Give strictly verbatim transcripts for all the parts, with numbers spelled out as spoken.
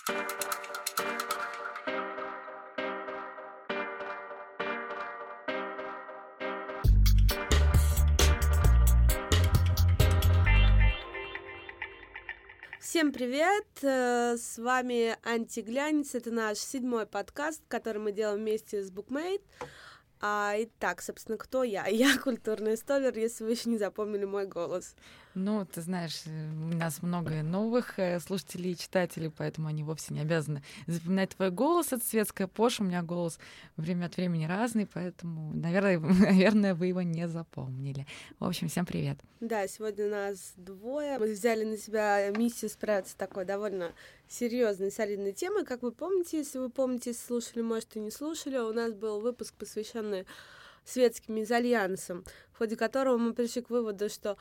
Всем привет! С вами Антиглянец. Это наш седьмой подкаст, который мы делаем вместе с Bookmate. А, итак, собственно, кто я? Я культурный столер, если вы еще не запомнили мой голос. Ну, ты знаешь, у нас много новых слушателей и читателей, поэтому они вовсе не обязаны запоминать твой голос. Это светская пош, у меня голос время от времени разный, поэтому, наверное, наверное, вы его не запомнили. В общем, всем привет. Да, сегодня нас двое. Мы взяли на себя миссию справиться с такой довольно серьезной, солидной темой. Как вы помните, если вы помните, если слушали, может, и не слушали, у нас был выпуск, посвященный светским мезальянсам, в ходе которого мы пришли к выводу, что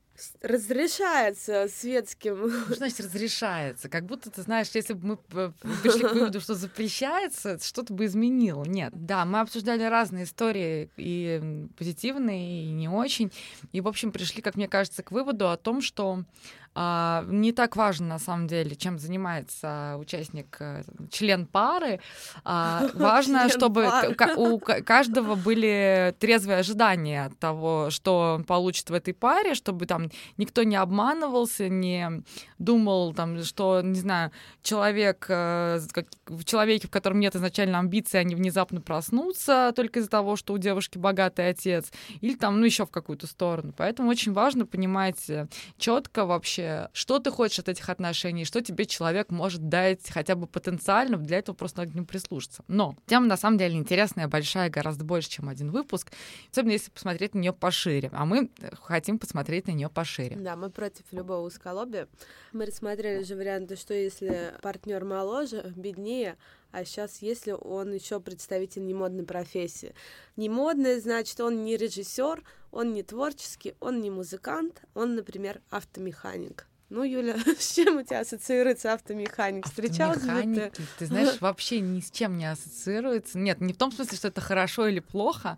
разрешается светским. Что значит разрешается? Как будто, ты знаешь, если бы мы пришли к выводу, что запрещается, что-то бы изменило. Нет. Да, мы обсуждали разные истории, и позитивные, и не очень. И, в общем, пришли, как мне кажется, к выводу о том, что а, не так важно, на самом деле, чем занимается участник, член пары. А, важно, член чтобы пары. К- у каждого были трезвые ожидания от того, что он получит в этой паре, чтобы там никто не обманывался, не думал, там, что, не знаю, человек, в человеке, в котором нет изначально амбиций, они внезапно проснутся только из-за того, что у девушки богатый отец, или там, ну, еще в какую-то сторону. Поэтому очень важно понимать четко вообще, что ты хочешь от этих отношений, что тебе человек может дать хотя бы потенциально, для этого просто надо к нему прислушаться. Но тема, на самом деле, интересная, большая, гораздо больше, чем один выпуск, особенно если посмотреть на нее пошире. А мы хотим посмотреть на нее пошире. Да, мы против любого узколобия. Мы рассмотрели же варианты, что если партнер моложе, беднее, а сейчас если он еще представитель немодной профессии. Немодный, значит, он не режиссер, он не творческий, он не музыкант, он, например, автомеханик. Ну, Юля, с чем у тебя ассоциируется автомеханик? Встречалась ли ты? Ты знаешь, вообще ни с чем не ассоциируется. Нет, не в том смысле, что это хорошо или плохо.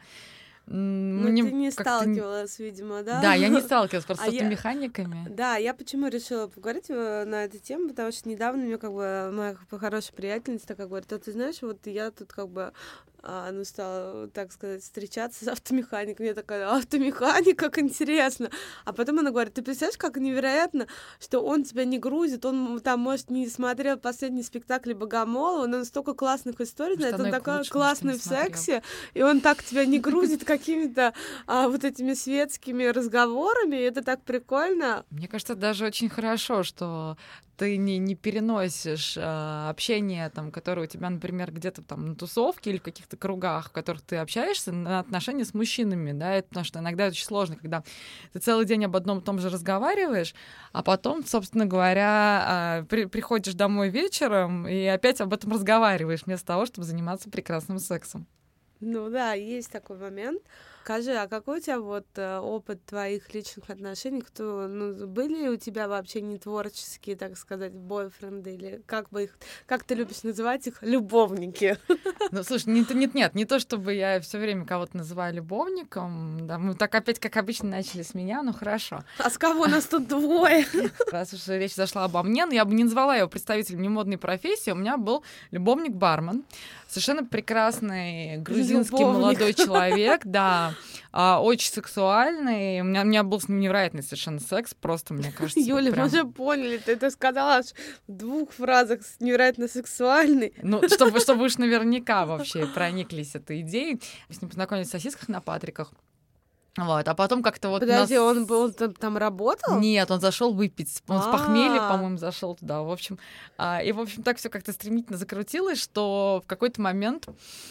Ну, Мне ты не сталкивалась, видимо, да? Да, я не сталкивалась просто а с автомеханиками. Я... Да, я почему решила поговорить на эту тему, потому что недавно мне как бы моя хорошая приятельница такая говорит: а ты знаешь, вот я тут как бы а, ну, стала, так сказать, встречаться с автомехаником. Я такая: автомеханик, как интересно. А потом она говорит: ты представляешь, как невероятно, что он тебя не грузит, он там, может, не смотрел последний спектакль Богомолова, но он столько классных историй знает, он такой классный в сексе, и он так тебя не грузит какими-то а, вот этими светскими разговорами, и это так прикольно. Мне кажется, даже очень хорошо, что ты не, не переносишь а, общение, там, которое у тебя, например, где-то там на тусовке или в каких-то кругах, в которых ты общаешься, на отношения с мужчинами, да, это, потому что иногда это очень сложно, когда ты целый день об одном и том же разговариваешь, а потом, собственно говоря, а, при, приходишь домой вечером и опять об этом разговариваешь, вместо того, чтобы заниматься прекрасным сексом. Ну да, есть такой момент. Скажи, а какой у тебя вот э, опыт твоих личных отношений? Кто, ну, были ли у тебя вообще не творческие, так сказать, бойфренды, или как бы их, как ты любишь называть их, любовники? Ну, слушай, нет, нет, нет, не то, чтобы я все время кого-то называю любовником, да, мы так опять, как обычно, начали с меня, ну хорошо. А с кого у нас тут двое? Раз уж речь зашла обо мне, но я бы не назвала его представителем немодной профессии, у меня был любовник-бармен, совершенно прекрасный грузинский любовник. Молодой человек, да, а, очень сексуальный. У меня, у меня был с ним невероятный совершенно секс, просто, мне кажется... Юля, прям... мы уже поняли, ты это сказала аж в двух фразах, невероятно сексуальный. Ну, чтобы, чтобы уж наверняка вообще прониклись этой идеей. Мы с ним познакомились в сосисках на Патриках. Вот, а потом как-то вот... Подожди, нас... он был там, там работал? Нет, он зашел выпить. Он А-а-а. с похмелья, по-моему, зашел туда. В общем, а, и, в общем, так все как-то стремительно закрутилось, что в какой-то момент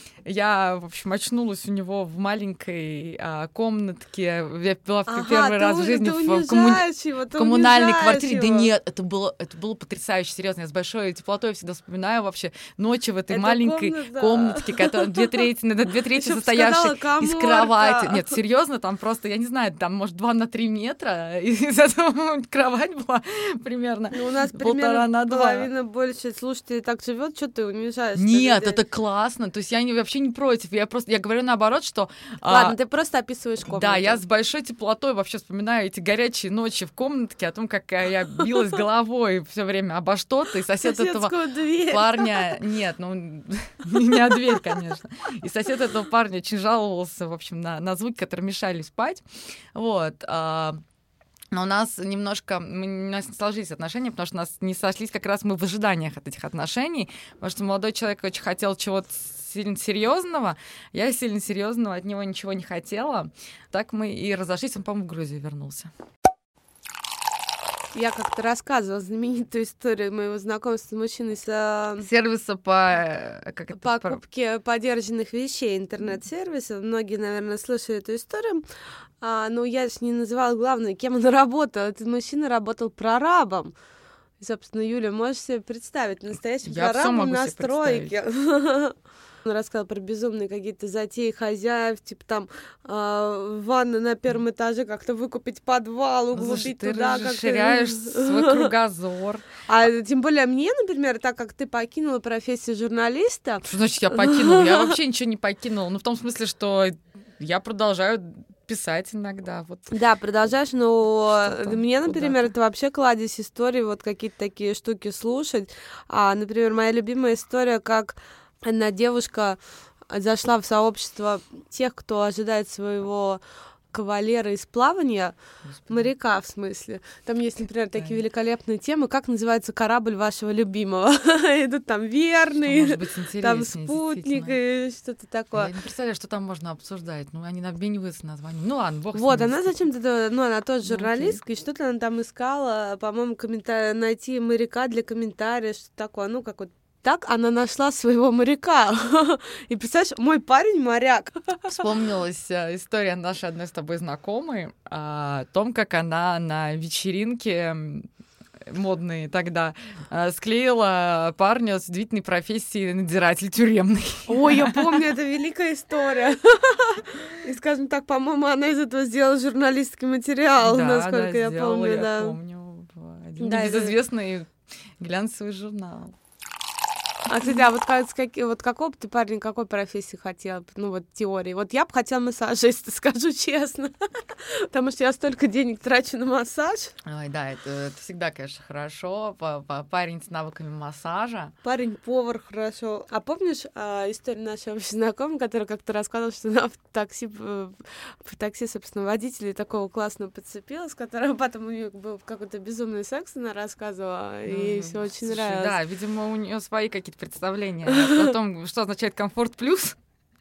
я, в общем, очнулась у него в маленькой а, комнатке. Я была ага, первый раз ты, в жизни ты в, комму... его, в коммунальной квартире. Его. Да нет, это было, это было потрясающе, серьезно. Я с большой теплотой всегда вспоминаю вообще ночи в этой это маленькой комната. комнатке, которая две трети, две трети состоявшей из кровати. Нет, серьезно, там там просто, я не знаю, там, может, два на три метра, и из этого кровать была примерно ну, у нас полтора на два. Половина больше слушателей так живет, что ты унижаешь? Нет, это классно, то есть я не, вообще не против, я просто, я говорю наоборот, что... Ладно, а, ты просто описываешь комнату. Да, я с большой теплотой вообще вспоминаю эти горячие ночи в комнатке, о том, как я билась головой все время обо что-то, и сосед этого дверь. парня... Нет, ну, не о дверь, конечно. И сосед этого парня очень жаловался, в общем, на, на звуки, которые мешали спать. Вот. А, но у нас немножко... Мы, у нас не сложились отношения, потому что у нас не сошлись как раз мы в ожиданиях от этих отношений, потому что молодой человек очень хотел чего-то сильно серьезного, я сильно серьезного от него ничего не хотела. Так мы и разошлись, он, по-моему, в Грузию вернулся. Я как-то рассказывала знаменитую историю моего знакомства с мужчиной с... Сервиса по... Как это? Покупке подержанных вещей, интернет-сервисов. Многие, наверное, слышали эту историю. А, но я же не называла главное, кем он работал. Этот мужчина работал прорабом. И, собственно, Юля, можешь себе представить, настоящим я прорабом на стройке. Он рассказал про безумные какие-то затеи хозяев, типа там э, ванна на первом этаже, как-то выкупить подвал, углубить Слушай, туда. Ты расширяешь свой кругозор. А тем более мне, например, так как ты покинула профессию журналиста... Что значит я покинула? Я вообще ничего не покинула. Ну, в том смысле, что я продолжаю писать иногда. Вот. Да, продолжаешь, но Что-то мне, например, куда-то. это вообще кладезь истории, вот какие-то такие штуки слушать. А, например, моя любимая история, как одна девушка зашла в сообщество тех, кто ожидает своего кавалера из плавания, Господи. Моряка в смысле. Там есть, например, такие да. великолепные темы, как называется корабль вашего любимого. Идут там верный, там спутник и что-то такое. Я не представляю, что там можно обсуждать. Ну, они обмениваются названием. Ну ладно, бог с Вот, ним. она зачем-то, ну, она тоже ну, журналистка, окей. и что-то она там искала, по-моему, комментар... найти моряка для комментария, что такое, ну, как вот так она нашла своего моряка. И представляешь, мой парень моряк. Вспомнилась история нашей одной с тобой знакомой о том, как она на вечеринке модные тогда склеила парня с удивительной профессией надзиратель тюремный. Ой, я помню, это великая история. И, скажем так, по-моему, она из этого сделала журналистский материал, да, насколько да, я сделала, помню. Я да. помню. Один да, небезызвестный это... глянцевый журнал. А, кстати, а вот, как, вот какого бы ты, парень, какой профессии хотел? Ну, вот теории. Вот я бы хотела массажиста, скажу честно. Потому что я столько денег трачу на массаж. Ой, да, это, это всегда, конечно, хорошо. Парень с навыками массажа. Парень-повар хорошо. А помнишь а, историю нашей общей знакомой, которая как-то рассказывала, что она в такси, в такси, собственно, водителя такого классного подцепила, с которым потом у нее был какой-то безумный секс, она рассказывала, и ей все очень Слушай, нравилось. Да, видимо, у нее свои какие-то представления о том, что означает комфорт плюс.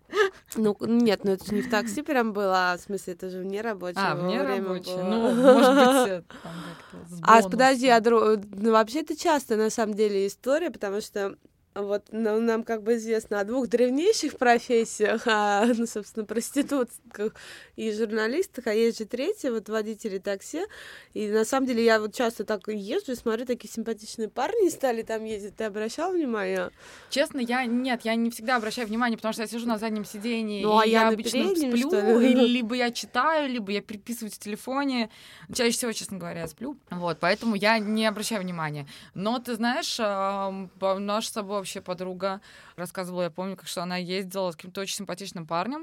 Ну, нет, ну это же не в такси прям было, а в смысле, это же вне рабочего А, вне время рабочее. было. Ну, может быть, там как-то с А, подожди, а дру... ну, вообще это часто, на самом деле, история, потому что вот ну, нам как бы известно о двух древнейших профессиях, а, ну, собственно, проститутках и журналистах, а есть же третья, вот водители такси, и на самом деле я вот часто так езжу и смотрю, такие симпатичные парни стали там ездить, ты обращал внимание? Честно, я нет, я не всегда обращаю внимание, потому что я сижу на заднем сидении, ну, а и я, я обычно переднем, сплю, и либо я читаю, либо я переписываю в телефоне, чаще всего, честно говоря, я сплю, вот, поэтому я не обращаю внимания, но ты знаешь, наша с собой вообще подруга рассказывала, я помню, как что она ездила с каким-то очень симпатичным парнем.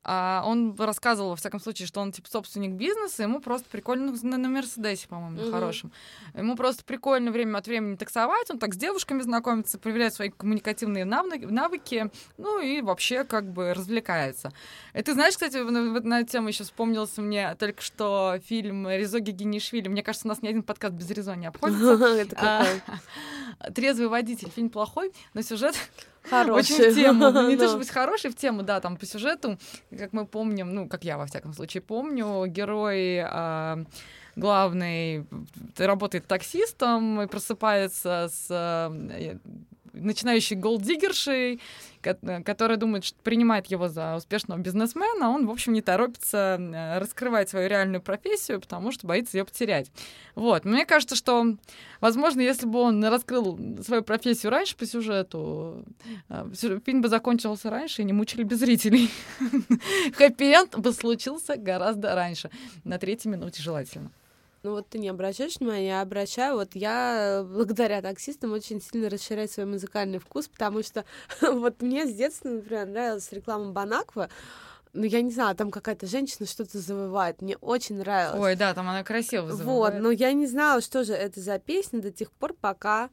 А он рассказывал, во всяком случае, что он типа собственник бизнеса, ему просто прикольно на, на Мерседесе, по-моему, на uh-huh. хорошем. Ему просто прикольно время от времени таксовать, он так с девушками знакомится, проверяет свои коммуникативные навыки, навыки, ну и вообще как бы развлекается. И ты знаешь, кстати, на, на эту тему еще вспомнился мне только что фильм Резо Гигинишвили. Мне кажется, у нас ни один подкаст без Резо не обходится. «Трезвый водитель». Фильм плохой, но сюжет хороший. Очень в тему. Ну, не то, чтобы быть хороший в тему, да, там по сюжету, как мы помним, ну, как я во всяком случае помню, герой а, главный работает таксистом и просыпается с а, начинающей голддиггершей, которая думает, что принимает его за успешного бизнесмена, он, в общем, не торопится раскрывать свою реальную профессию, потому что боится ее потерять. Вот. Мне кажется, что, возможно, если бы он раскрыл свою профессию раньше по сюжету, фильм бы закончился раньше и не мучили бы зрителей. Хэппи-энд бы случился гораздо раньше, на третьей минуте желательно. Ну вот ты не обращаешь внимания, я обращаю. Вот я благодаря таксистам очень сильно расширяю свой музыкальный вкус, потому что вот мне с детства, например, нравилась реклама Бонаква. Ну, я не знаю, там какая-то женщина что-то завывает. Мне очень нравилось. Ой, да, там она красиво завывает. Вот, но я не знала, что же это за песня до тех пор, пока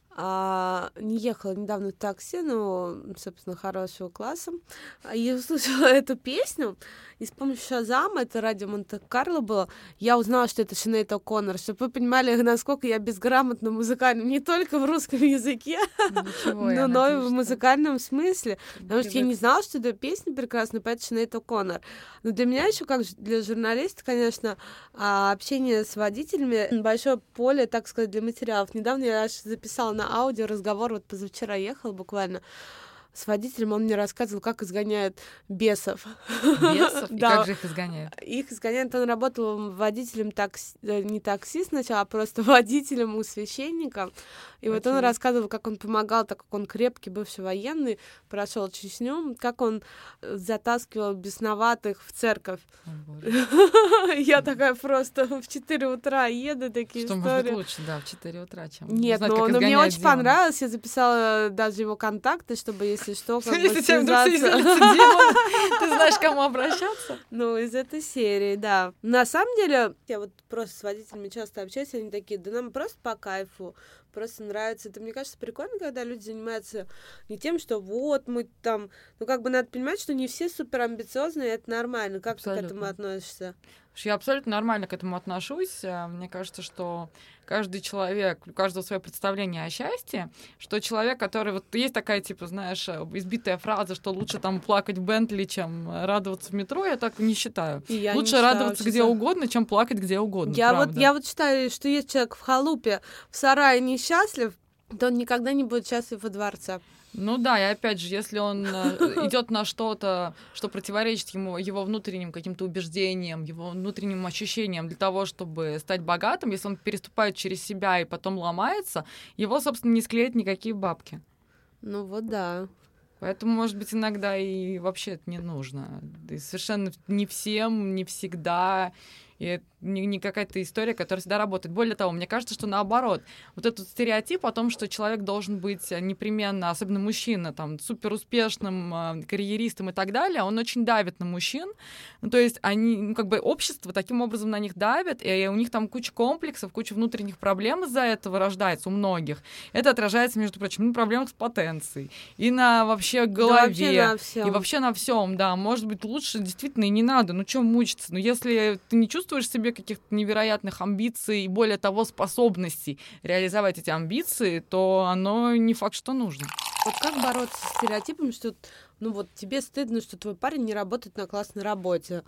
а, не ехала недавно в такси, ну, собственно, хорошего класса, и услышала эту песню, и с помощью Шазама, это радио Монте-Карло было, я узнала, что это Синейд О'Коннор, чтобы вы понимали, насколько я безграмотна музыкально, не только в русском языке, Ничего, но, я но и надеюсь, в что... музыкальном смысле, потому что я Привык. не знала, что эта песня прекрасная, поэт Синейд О'Коннор. Но для меня еще, как для журналиста, конечно, общение с водителями, большое поле, так сказать, для материалов. Недавно я аж записала на аудио разговор, вот позавчера ехала буквально с водителем, он мне рассказывал, как изгоняют бесов. Бесов? И Да. как же их изгоняют? Их изгоняют, он работал водителем, такси... не таксист сначала, а просто водителем у священника. И вот он Окей. рассказывал, как он помогал, так как он крепкий, бывший военный, прошел Чечню, как он затаскивал бесноватых в церковь. О, боже. Я такая просто в четыре утра еду, такие Что может быть истории. лучше, да, в четыре утра, чем Нет, узнать, но, как но мне изгоняют очень демона. понравилось, я записала даже его контакты, чтобы, если что, как бы Если тебе вдруг связаться. связался демон, ты знаешь, к кому обращаться? Ну, из этой серии, да. На самом деле, я вот просто с водителями часто общаюсь, они такие, да нам просто по кайфу, просто нравится. Это, мне кажется, прикольно, когда люди занимаются не тем, что вот мы там... Ну, как бы надо понимать, что не все суперамбициозные, и это нормально. Как Абсолютно. ты к этому относишься? Я абсолютно нормально к этому отношусь. Мне кажется, что каждый человек, у каждого свое представление о счастье, что человек, который... Вот есть такая, типа, знаешь, избитая фраза, что лучше там плакать в Бентли, чем радоваться в метро, я так не считаю. И я не Лучше считаю, радоваться вообще где за- угодно, чем плакать где угодно. Я вот, правда. я вот считаю, что если человек в халупе, в сарае несчастлив, то он никогда не будет счастлив во дворце. Ну да, и опять же, если он э, идет на что-то, что противоречит ему, его внутренним каким-то убеждениям, его внутренним ощущениям для того, чтобы стать богатым, если он переступает через себя и потом ломается, его, собственно, не склеят никакие бабки. Ну вот да. Поэтому, может быть, иногда и вообще это не нужно. И совершенно не всем, не всегда. И это не, не какая-то история, которая всегда работает. Более того, мне кажется, что наоборот. Вот этот стереотип о том, что человек должен быть непременно, особенно мужчина, там, суперуспешным э, карьеристом и так далее, он очень давит на мужчин. Ну, то есть они, ну, как бы общество таким образом на них давит, и у них там куча комплексов, куча внутренних проблем из-за этого рождается у многих. Это отражается, между прочим, на проблемах с потенцией, и на вообще голове, Да, вообще на всем. и вообще на всем, да. Может быть, лучше действительно и не надо. Ну, чем мучиться? Ну, если ты не чувствуешь в себе каких-то невероятных амбиций и, более того, способностей реализовать эти амбиции, то оно не факт, что нужно. Вот как бороться с стереотипом, что ну вот тебе стыдно, что твой парень не работает на классной работе?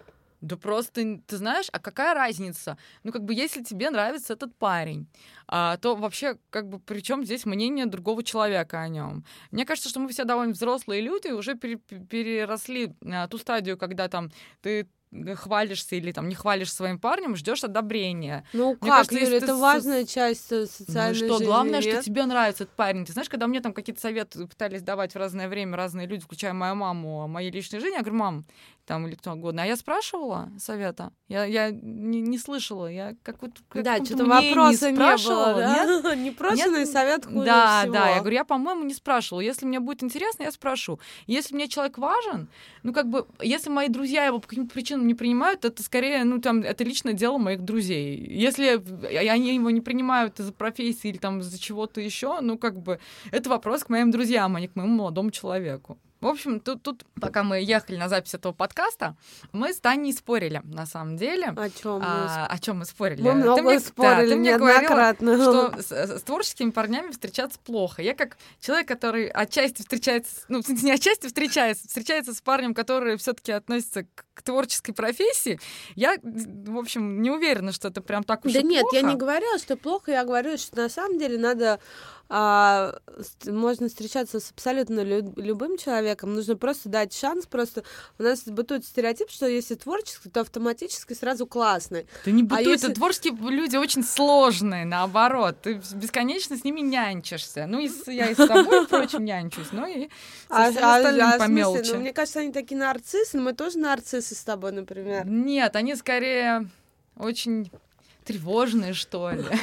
Да просто, ты знаешь, а какая разница? Ну, как бы, если тебе нравится этот парень, а, то вообще, как бы, при чем здесь мнение другого человека о нем? Мне кажется, что мы все довольно взрослые люди, уже пере- переросли а, ту стадию, когда там ты хвалишься или там не хвалишь своим парнем, ждешь одобрения. Ну Мне как, кажется, Юля, если это ты с- важная часть э, Ну и социальной что, жизни, главное, что нет? тебе нравится этот парень. Ты знаешь, когда мне там какие-то советы пытались давать в разное время разные люди, включая мою маму, о моей личной жизни, я говорю, мам, там или кто угодно. А я спрашивала совета. Я, я не, не слышала. Я какой-то Да, что-то вопроса не было, да? Непрошенный совет хуже Да, всего. да. Я говорю, я, по-моему, не спрашивала. Если мне будет интересно, я спрошу. Если мне человек важен, ну, как бы, если мои друзья его по каким-то причинам не принимают, это скорее, ну, там, это личное дело моих друзей. Если они его не принимают из-за профессии или там из-за чего-то еще, ну, как бы, это вопрос к моим друзьям, а не к моему молодому человеку. В общем, тут, тут, пока мы ехали на запись этого подкаста, мы с Таней спорили, на самом деле. О чем мы А, о чем мы спорили? Мы много ты мне, спорили, да, ты мне говорила, неоднократно. что с, с творческими парнями встречаться плохо. Я как человек, который отчасти встречается, ну, не отчасти встречается, встречается с парнем, который все-таки относится к, к творческой профессии, я, в общем, не уверена, что это прям так уж Да и нет, плохо. я не говорила, что плохо, я говорю, что на самом деле надо а, можно встречаться с абсолютно лю- любым человеком, нужно просто дать шанс, просто у нас бытует стереотип, что если творческий, то автоматически сразу классный. Да не бытует, а если... творческие люди очень сложные, наоборот, ты бесконечно с ними нянчишься. Ну, и с, я и с собой, впрочем, нянчусь, но и со а, всеми а, остальными а, по смысле? мелочи. Ну, мне кажется, они такие нарциссы, но мы тоже нарциссы с тобой, например. Нет, они скорее очень тревожные, что ли.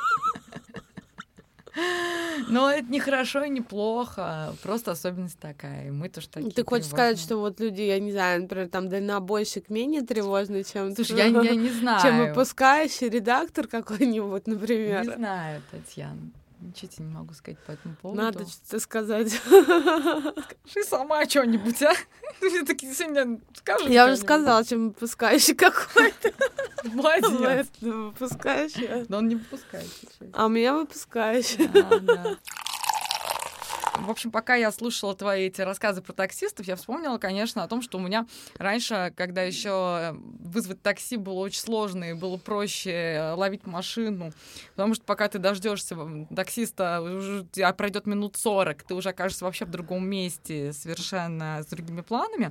Но это не хорошо и не плохо, просто особенность такая, и мы тоже такие. Ты хочешь сказать, что вот люди, я не знаю, например, там дальнобойщик менее тревожный, чем... Слушай, я, я не знаю. Чем выпускающий редактор какой-нибудь, например. Не знаю, Татьяна. Ничего тебе не могу сказать по этому поводу. Надо что-то сказать. Скажи сама что-нибудь, а? Ты такие сегодня скажешь. Я уже сказала, чем выпускающий какой-то. Молодец. Выпускающий. Но он не выпускающий. А у меня выпускающий. Да, да. В общем, пока я слушала твои эти рассказы про таксистов, я вспомнила, конечно, о том, что у меня раньше, когда еще вызвать такси было очень сложно и было проще ловить машину, потому что пока ты дождешься таксиста, уже пройдет минут сорок, ты уже окажешься вообще в другом месте, совершенно с другими планами.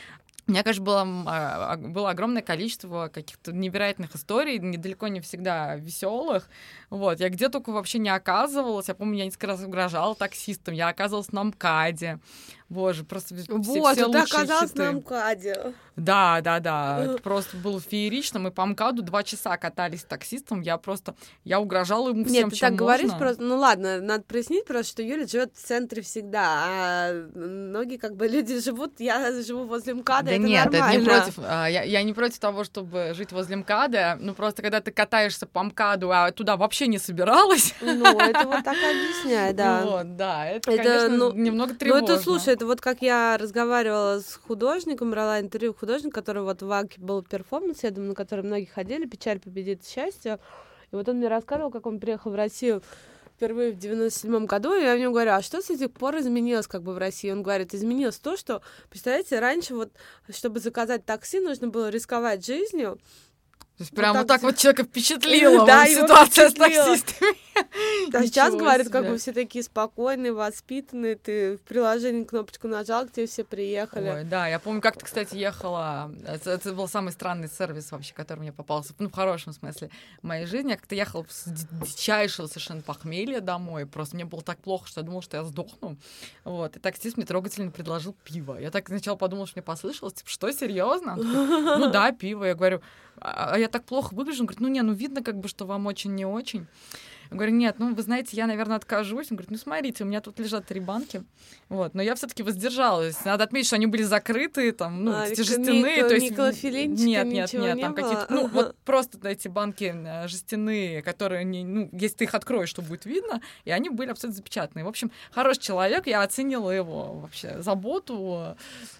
У меня, конечно, было, было огромное количество каких-то невероятных историй, недалеко не всегда веселых. Вот. Я где только вообще не оказывалась. Я помню, я несколько раз угрожала таксистам. Я оказывалась на МКАДе. Боже, просто все, вот, все ты лучшие оказалась хиты. на МКАДе. Да, да, да. Это просто было феерично. Мы по МКАДу два часа катались с таксистом. Я просто... Я угрожала ему всем, Нет, ты чем так можно. говоришь просто... Ну ладно, надо прояснить просто, что Юля живет в центре всегда, а многие как бы люди живут... Я живу возле МКАДа, да это нет, нормально. это не против. Я, я не против того, чтобы жить возле МКАДа. Ну просто когда ты катаешься по МКАДу, а туда вообще не собиралась... Ну, это вот так объясняет, да. Вот, да, это, это конечно, ну, немного тревожно. Ну, это, слушай, это вот как я разговаривала с художником, брала интервью художника, который вот в ВАГе был перформанс, я думаю, на который многие ходили, «Печаль победит счастье». И вот он мне рассказывал, как он приехал в Россию впервые в девяносто седьмом году, и я в нем говорю, а что с этих пор изменилось как бы в России? Он говорит, изменилось то, что, представляете, раньше вот, чтобы заказать такси, нужно было рисковать жизнью. То есть прям вот, вот так, так вот человека впечатлила да, ситуация с таксистами. А сейчас, говорят, как бы все такие спокойные, воспитанные, ты в приложении кнопочку нажал, к тебе все приехали. Ой, да, я помню, как ты, кстати, ехала, это, это был самый странный сервис вообще, который мне попался, ну, в хорошем смысле, в моей жизни. Я как-то ехала с дичайшего совершенно похмелья домой, просто мне было так плохо, что я думала, что я сдохну. Вот, и таксист мне трогательно предложил пиво. Я так сначала подумала, что мне послышалось, типа, что, серьезно? Ну да, пиво. Я говорю, а я так плохо выгляжу? Он говорит, ну не, ну видно как бы, что вам очень не очень. Я говорю, нет, ну вы знаете, я, наверное, откажусь. Он говорит, ну смотрите, у меня тут лежат три банки. Вот, но я все-таки воздержалась. Надо отметить, что они были закрыты, там, ну, а, эти жестяные. Ни, то есть, нет, нет, нет, нет, там какие-то, ну, вот просто эти банки жестяные, которые, не, ну, если ты их откроешь, то будет видно, и они были абсолютно запечатанные. В общем, хороший человек, я оценила его вообще заботу,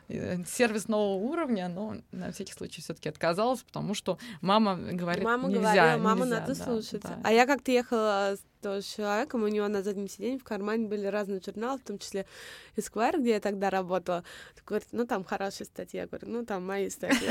сервис нового уровня, но на всякий случай все-таки отказалась, потому что мама говорит, мама нельзя, говорила, мама нельзя, надо да, слушать. Да. А я как-то ехала с тоже человеком, у него на заднем сиденье в кармане были разные журналы, в том числе Esquire, где я тогда работала. Так говорит, ну там хорошие статьи. Я говорю, ну там мои статьи.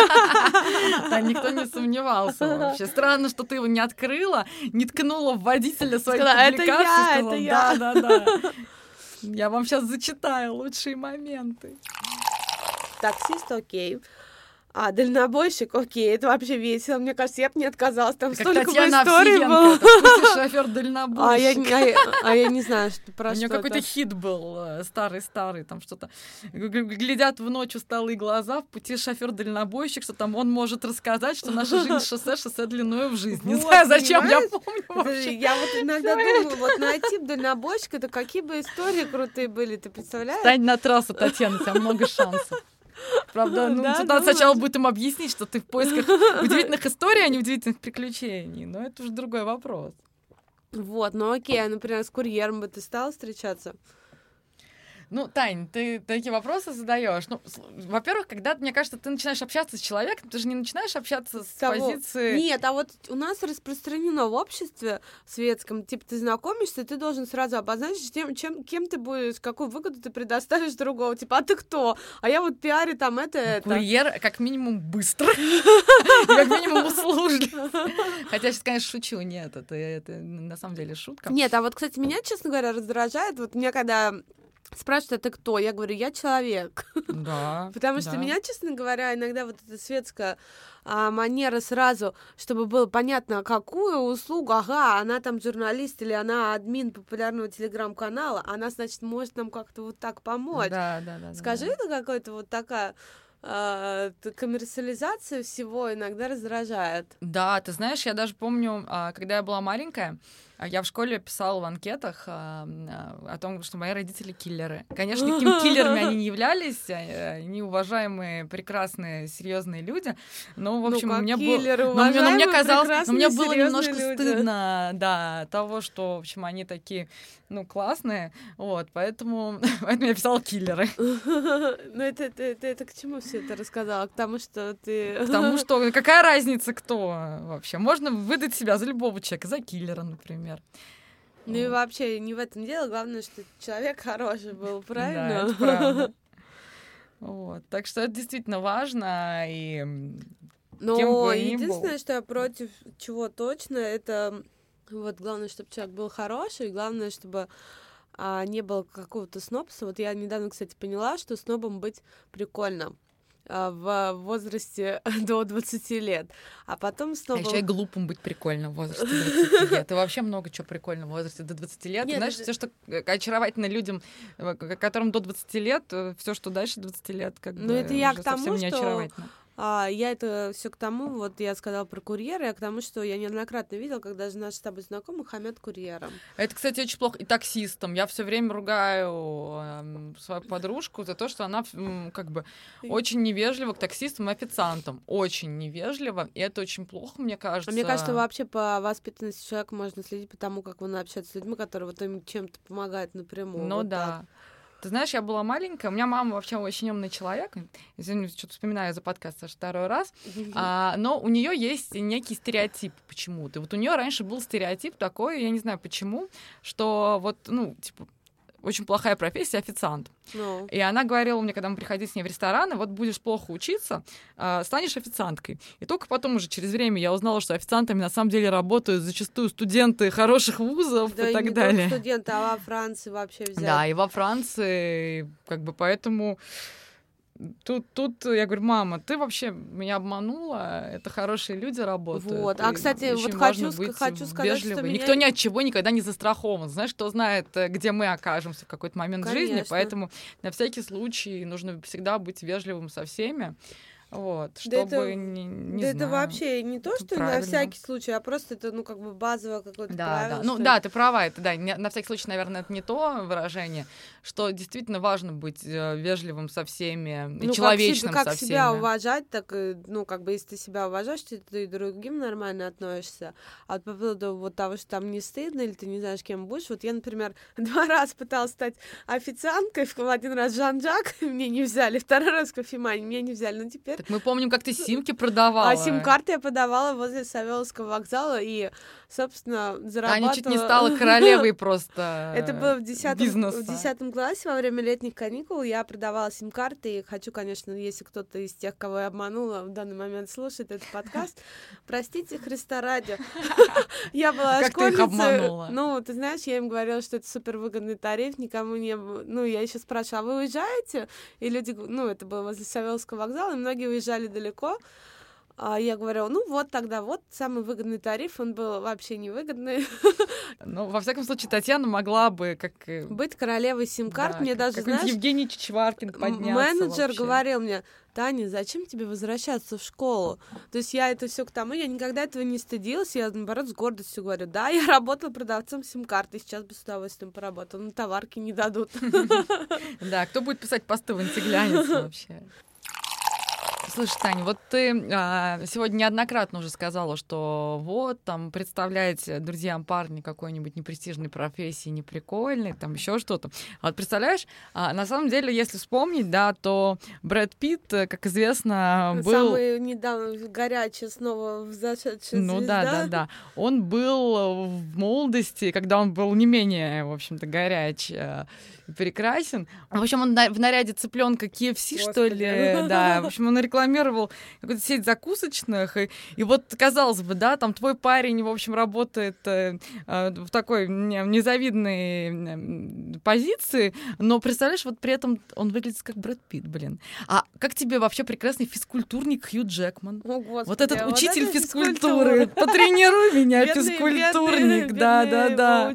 Да, никто не сомневался вообще. Странно, что ты его не открыла, не ткнула в водителя своих публикаций. Это я, это я. Да, да, да. Я вам сейчас зачитаю лучшие моменты. Таксист, окей. А, дальнобойщик, окей, это вообще весело. Мне кажется, я бы не отказалась. Там как столько Татьяна историй было. Это шофёр-дальнобойщик. А я, а, а я не знаю, что, про что У нее какой-то хит был, старый-старый, там что-то. Глядят в ночь усталые глаза, в пути шофёр-дальнобойщик, что там он может рассказать, что наша жизнь шоссе, шоссе длиною в жизнь. Не вот, знаю, зачем, понимаешь? Я помню вообще. Я вот иногда думаю, это. Вот найти дальнобойщика, это какие бы истории крутые были, ты представляешь? Стань на трассу, Татьяна, у тебя много шансов. Правда, ну, да, надо сначала будет им объяснить, что ты в поисках удивительных историй, а не удивительных приключений. Но это уже другой вопрос. Вот, ну окей, а, например, с курьером бы ты стала встречаться? Ну, Тань, ты такие вопросы задаешь. Ну, во-первых, когда, мне кажется, ты начинаешь общаться с человеком, ты же не начинаешь общаться с Того... позиции... Нет, а вот у нас распространено в обществе светском, типа, ты знакомишься, ты должен сразу обозначить, тем, чем, кем ты будешь, какую выгоду ты предоставишь другого. Типа, а ты кто? А я вот пиарю там это, это. Курьер, как минимум, быстро. Как минимум, услужливо. Хотя сейчас, конечно, шучу. Нет, это на самом деле шутка. Нет, а вот, кстати, меня, честно говоря, раздражает. Вот меня когда... спрашивают, а ты кто? Я говорю, я человек. Да. Потому что меня, честно говоря, иногда вот эта светская а, манера сразу, чтобы было понятно, какую услугу, ага, она там журналист или она админ популярного телеграм-канала, она, значит, может нам как-то вот так помочь. Да, да, да. Скажи, да. это какая-то вот такая... коммерциализация всего иногда раздражает. Да, ты знаешь, я даже помню, когда я была маленькая, я в школе писала в анкетах о том, что мои родители киллеры. Конечно, какими киллерами они не являлись, они уважаемые, прекрасные, серьезные люди, но, в общем, ну, мне киллеры, было... Но, но мне казалось, но мне было немножко люди. стыдно, да, того, что, в общем, они такие, ну, классные, вот, поэтому, поэтому я писала киллеры. Ну, это, это, это, это к чему все это рассказала? К тому, что ты... К тому, что какая разница, кто вообще? Можно выдать себя за любого человека, за киллера, например. Ну вот. И вообще не в этом дело, главное, что человек хороший был, правильно? Да, это правда. Вот. Так что это действительно важно, и но единственное, что я против чего точно, это вот главное, чтобы человек был хороший, главное, чтобы а, не было какого-то снобства. Вот я недавно, кстати, поняла, что снобом быть прикольно в возрасте до двадцати лет, а потом снова... А еще и глупым быть прикольно в возрасте до двадцати лет. И вообще много чего прикольного в возрасте до двадцати лет. Нет, знаешь, это... все, что очаровательно людям, которым до двадцати лет, все, что дальше двадцати лет, как ну, бы это я уже к тому, совсем не что... очаровательно. А, я это все к тому, вот я сказала про курьера, я к тому, что я неоднократно видела, когда даже наши с тобой знакомые хамят курьерам. Это, кстати, очень плохо. И таксистам. Я все время ругаю э, свою подружку за то, что она э, как бы очень невежлива к таксистам и официантам. Очень невежлива. И это очень плохо, мне кажется. А мне кажется, вообще по воспитанности человека можно следить по тому, как он общается с людьми, которые вот им чем-то помогают напрямую. Ну вот да. Так. Ты знаешь, я была маленькая, у меня мама вообще очень умный человек, извини, что-то вспоминаю за подкаст аж второй раз, а, но у нее есть некий стереотип почему-то. Вот у нее раньше был стереотип такой, я не знаю почему, что вот, ну, типа, очень плохая профессия официант. No. И она говорила мне, когда мы приходили с ней в рестораны, вот будешь плохо учиться, э, станешь официанткой. И только потом уже через время я узнала, что официантами на самом деле работают зачастую студенты хороших вузов да, и так и не далее. только студенты, а во Франции вообще взять. Да, и во Франции, как бы, поэтому... Тут, тут я говорю, мама, ты вообще меня обманула, это хорошие люди работают. Вот. А, кстати, вот хочу, хочу сказать, вежливой. что меня... Никто ни от чего никогда не застрахован. Знаешь, кто знает, где мы окажемся в какой-то момент Конечно. жизни, поэтому на всякий случай нужно всегда быть вежливым со всеми. Вот, чтобы да это, не, не да знаю, это вообще не то, что правильно. На всякий случай, а просто это, ну, как бы базовое какое-то да, правило. Да, ну что... да, ты права, это да, не, на всякий случай, наверное, это не то выражение, что действительно важно быть э, вежливым со всеми, ну, и человечным как, себя, как со всеми. себя уважать, так, ну, как бы, если ты себя уважаешь, ты, ты и другим нормально относишься. А вот по поводу вот того, что там не стыдно, или ты не знаешь, кем будешь, вот я, например, два раза пыталась стать официанткой, один раз Жан-Жак, мне не взяли, второй раз кофемания, меня не взяли, но теперь... Так мы помним, как ты симки продавала. А сим-карты я подавала возле Савеловского вокзала и, собственно, зарабатывала... Таня чуть не стала королевой просто Это было в десятом, бизнеса. в десятом классе во время летних каникул. Я продавала сим-карты и хочу, конечно, если кто-то из тех, кого я обманула, в данный момент слушает этот подкаст, простите, Христа ради. Я была школьницей. Как ты их обманула? Ну, ты знаешь, я им говорила, что это супервыгодный тариф, никому не... Ну, я еще спрашивала, а вы уезжаете? И люди... Ну, это было возле Савеловского вокзала, и многие уезжали далеко. А я говорю, ну вот тогда вот самый выгодный тариф, он был вообще невыгодный. Ну, во всяком случае, Татьяна могла бы как... быть королевой сим-карт. Да, мне как, даже, как знаешь... Евгений Чичваркин поднялся Менеджер вообще. говорил мне, Таня, зачем тебе возвращаться в школу? То есть я это все к тому, я никогда этого не стыдилась, я, наоборот, с гордостью говорю, да, я работала продавцом сим-карт, и сейчас бы с удовольствием поработала, но товарки не дадут. Да, кто будет писать посты в антиглянец вообще? Слушай, Таня, вот ты а, сегодня неоднократно уже сказала, что вот там представляете друзьям парня какой-нибудь непрестижной профессии, неприкольной, там еще что-то. А вот представляешь, а, на самом деле, если вспомнить, да, то Брэд Питт, как известно, был... Самый недавно горячий, снова взошедший Ну звезда. да, да, да. Он был в молодости, когда он был не менее, в общем-то, горяч, прекрасен. В общем, он в наряде цыпленка кей эф си, что ли, да. В общем, он рекламировал какую-то сеть закусочных. И, и вот, казалось бы, да, там твой парень, в общем, работает э, э, в такой незавидной позиции, но, представляешь, вот при этом он выглядит как Брэд Питт, блин. А как тебе вообще прекрасный физкультурник Хью Джекман? О, Господи, вот этот вот учитель это физкультуры. Потренируй меня, физкультурник. Да, да, да.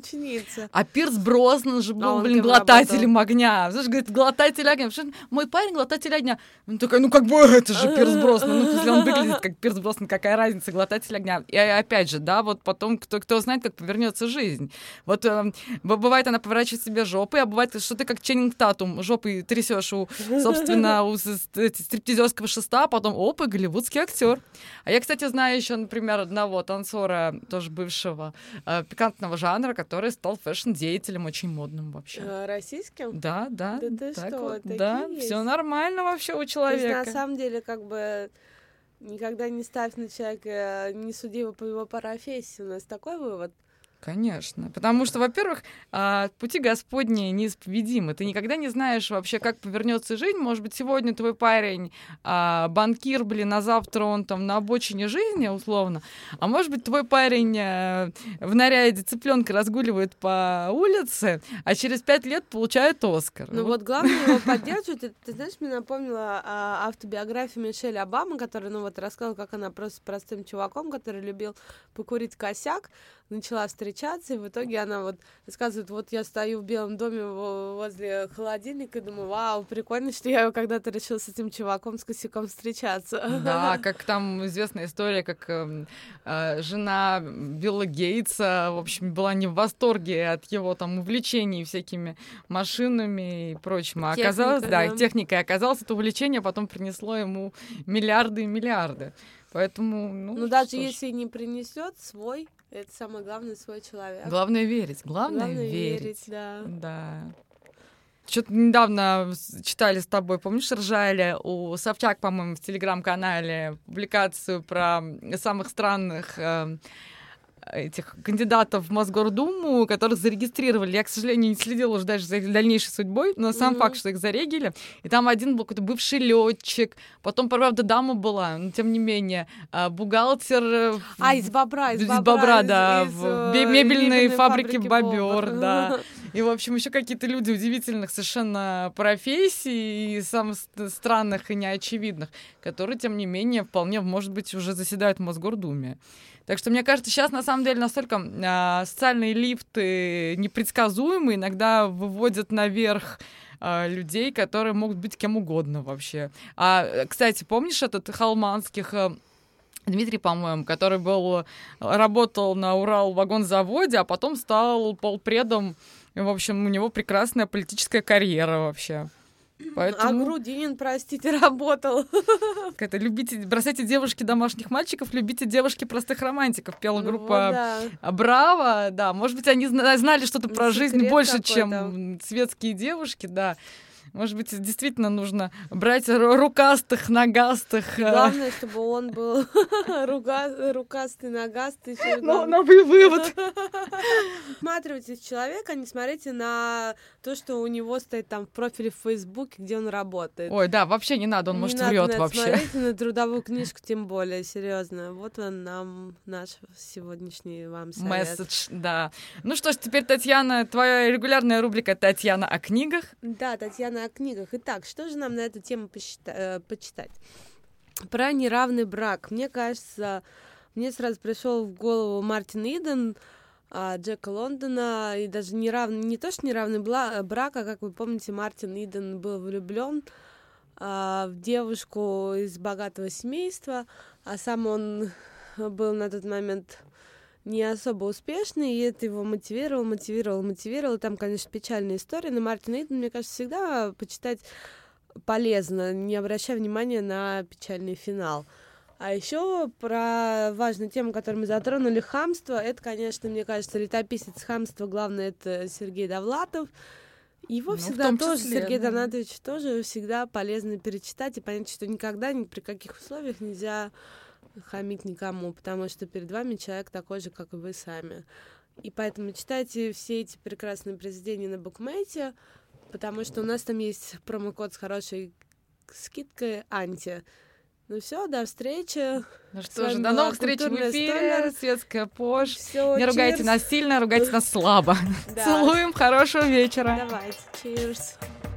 А Пирс Броснан же был, блин, глотатель огня. Знаешь, говорит, глотатель огня. Мой парень глотатель огня. Он такой, ну как бы это же Пирс Броснан. Ну, если он выглядит как Пирс Броснан, какая разница, глотатель огня. И опять же, да, вот потом кто, кто знает, как повернется жизнь. Вот э, бывает, она поворачивает себе жопой, а бывает, что ты как Ченнинг Татум жопой трясешь у, собственно, у стриптизерского шеста, а потом, оп, и голливудский актер. А я, кстати, знаю еще, например, одного танцора, тоже бывшего, э, пикантного жанра, который стал фэшн-деятелем, очень модным вообще. Российским? Да, да. Да ты так что, вот, такие да, есть? все нормально вообще у человека. То есть, на самом деле, как бы никогда не ставь на человека, не суди его по его профессии. У нас такой вывод. Конечно. Потому что, во-первых, пути Господни неисповедимы. Ты никогда не знаешь вообще, как повернется жизнь. Может быть, сегодня твой парень банкир, блин, а завтра он там на обочине жизни, условно. А может быть, твой парень в наряде цыпленка разгуливает по улице, а через пять лет получает Оскар. Ну вот, вот главное его поддерживать. Ты, ты знаешь, мне напомнила а, автобиографию Мишель Обамы, которая, ну вот, рассказывала, как она просто простым чуваком, который любил покурить косяк, начала встречаться, и в итоге она вот рассказывает, вот я стою в Белом доме возле холодильника и думаю, вау, прикольно, что я когда-то решила с этим чуваком с косяком встречаться. Да, как там известная история, как э, э, жена Билла Гейтса, в общем, была не в восторге от его там увлечений всякими машинами и прочим. А Техника, оказалось, да, да. техникой оказалось, это увлечение потом принесло ему миллиарды и миллиарды. Поэтому, ну, ну даже ж. если не принесет свой, это самое главное, свой человек. Главное верить, главное, главное верить. верить, да. Да. Что-то недавно читали с тобой, помнишь, ржали у Собчак, по-моему, в телеграм-канале публикацию про самых странных э, этих кандидатов в Мосгордуму, которых зарегистрировали. Я, к сожалению, не следила уже даже за их дальнейшей судьбой, но сам mm-hmm. факт, что их зарегили. И там один был какой-то бывший летчик, потом, правда, дама была, но тем не менее, бухгалтер... А, из Бобра, из, из Бобра, Бобра, из, да, из, в из мебельной фабрике фабрике Бобер, да. И, в общем, еще какие-то люди удивительных совершенно профессий, и самых странных и неочевидных, которые, тем не менее, вполне, может быть, уже заседают в Мосгордуме. Так что, мне кажется, сейчас, на самом деле, настолько э, социальные лифты непредсказуемы, иногда выводят наверх э, людей, которые могут быть кем угодно вообще. А, кстати, помнишь этот Холманских... Э, Дмитрий, по-моему, который был, работал на Урал-вагонзаводе, а потом стал полпредом. И, в общем, у него прекрасная политическая карьера вообще. Поэтому... А Грудинин, простите, работал. Это любите, бросайте девушки домашних мальчиков, любите девушки простых романтиков. Пела ну, группа да. Браво, да. Может быть, они знали что-то про Секрет жизнь больше, какой-то. чем светские девушки, да. Может быть, действительно нужно брать рукастых, ногастых. Главное, чтобы он был рукастый, ногастый. Ну, новый вывод. Всматривайтесь в человека, не смотрите на то, что у него стоит там в профиле в Фейсбуке, где он работает. Ой, да, вообще не надо, он, не может, надо врет на это вообще. Смотрите на трудовую книжку, тем более, серьезно. Вот он нам, наш сегодняшний вам совет. Месседж, да. Ну что ж, теперь, Татьяна, твоя регулярная рубрика «Татьяна о книгах». Да, Татьяна о книгах. Итак, что же нам на эту тему посчита- почитать? Про неравный брак. Мне кажется, мне сразу пришел в голову Мартин Иден, Джека Лондона, и даже неравный, не то, что неравный брак, а, как вы помните, Мартин Иден был влюблен а, в девушку из богатого семейства, а сам он был на тот момент не особо успешный, и это его мотивировало, мотивировало, мотивировало. Там, конечно, печальная история, но Мартин Иден, мне кажется, всегда почитать полезно, не обращая внимания на печальный финал. А еще про важную тему, которую мы затронули, хамство. Это, конечно, мне кажется, летописец хамства, главное, это Сергей Довлатов. Его ну, всегда тоже, числе, Сергей да. Донатович, тоже всегда полезно перечитать и понять, что никогда, ни при каких условиях нельзя хамить никому, потому что перед вами человек такой же, как и вы сами. И поэтому читайте все эти прекрасные произведения на Букмейте, потому что у нас там есть промокод с хорошей скидкой «Анти». Ну все, до встречи. Ну что же, до новых встреч в эфире. Светская Пош. Всё, не ругайте cheers. Нас сильно, ругайте нас слабо. Да. Целуем, хорошего вечера. Давайте, cheers.